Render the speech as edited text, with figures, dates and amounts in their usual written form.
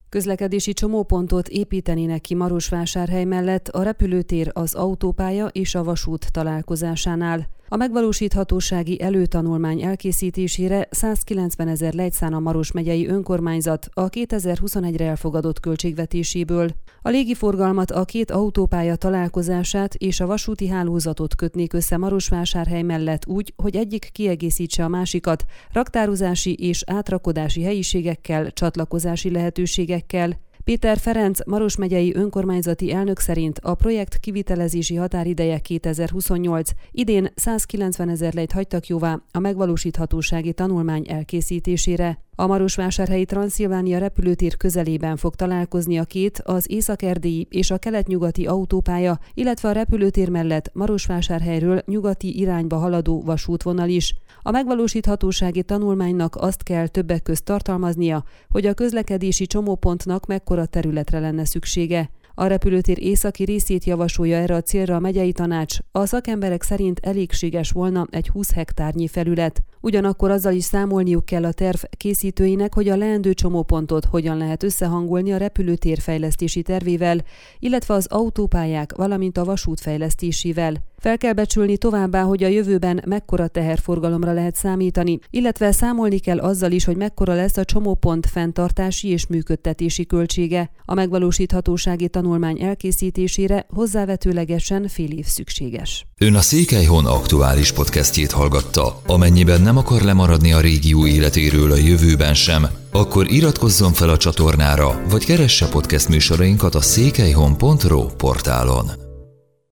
Közlekedési csomópontot építenének ki Marosvásárhely mellett a repülőtér, az autópálya és a vasút találkozásánál. A megvalósíthatósági előtanulmány elkészítésére 190 000 lejt szán a Maros megyei önkormányzat a 2021-re elfogadott költségvetéséből. A légiforgalmat, a két autópálya találkozását és a vasúti hálózatot kötnék össze Marosvásárhely mellett úgy, hogy egyik kiegészítse a másikat, raktározási és átrakodási helyiségekkel, csatlakozási lehetőségekkel. Péter Ferenc, Maros megyei önkormányzati elnök szerint a projekt kivitelezési határideje 2028, idén 190 000 lejt hagytak jóvá a megvalósíthatósági tanulmány elkészítésére. A marosvásárhelyi Transzilvánia repülőtér közelében fog találkozni a két, az észak-erdélyi és a kelet-nyugati autópálya, illetve a repülőtér mellett Marosvásárhelyről nyugati irányba haladó vasútvonal is. A megvalósíthatósági tanulmánynak azt kell többek közt tartalmaznia, hogy a közlekedési csomópontnak mekkora területre lenne szüksége. A repülőtér északi részét javasolja erre a célra a megyei tanács, a szakemberek szerint elégséges volna egy 20 hektárnyi felület. Ugyanakkor azzal is számolniuk kell a terv készítőinek, hogy a leendő csomópontot hogyan lehet összehangolni a repülőtér fejlesztési tervével, illetve az autópályák, valamint a vasút fejlesztésével. Fel kell becsülni továbbá, hogy a jövőben mekkora teherforgalomra lehet számítani, illetve számolni kell azzal is, hogy mekkora lesz a csomópont fenntartási és működtetési költsége. A megvalósíthatósági tanulmány elkészítésére hozzávetőlegesen fél év szükséges. Ön a Székelyhon aktuális podcastjét hallgatta. Amennyiben nem akar lemaradni a régió életéről a jövőben sem, akkor iratkozzon fel a csatornára, vagy keresse podcast műsorainkat a székelyhon.ro portálon.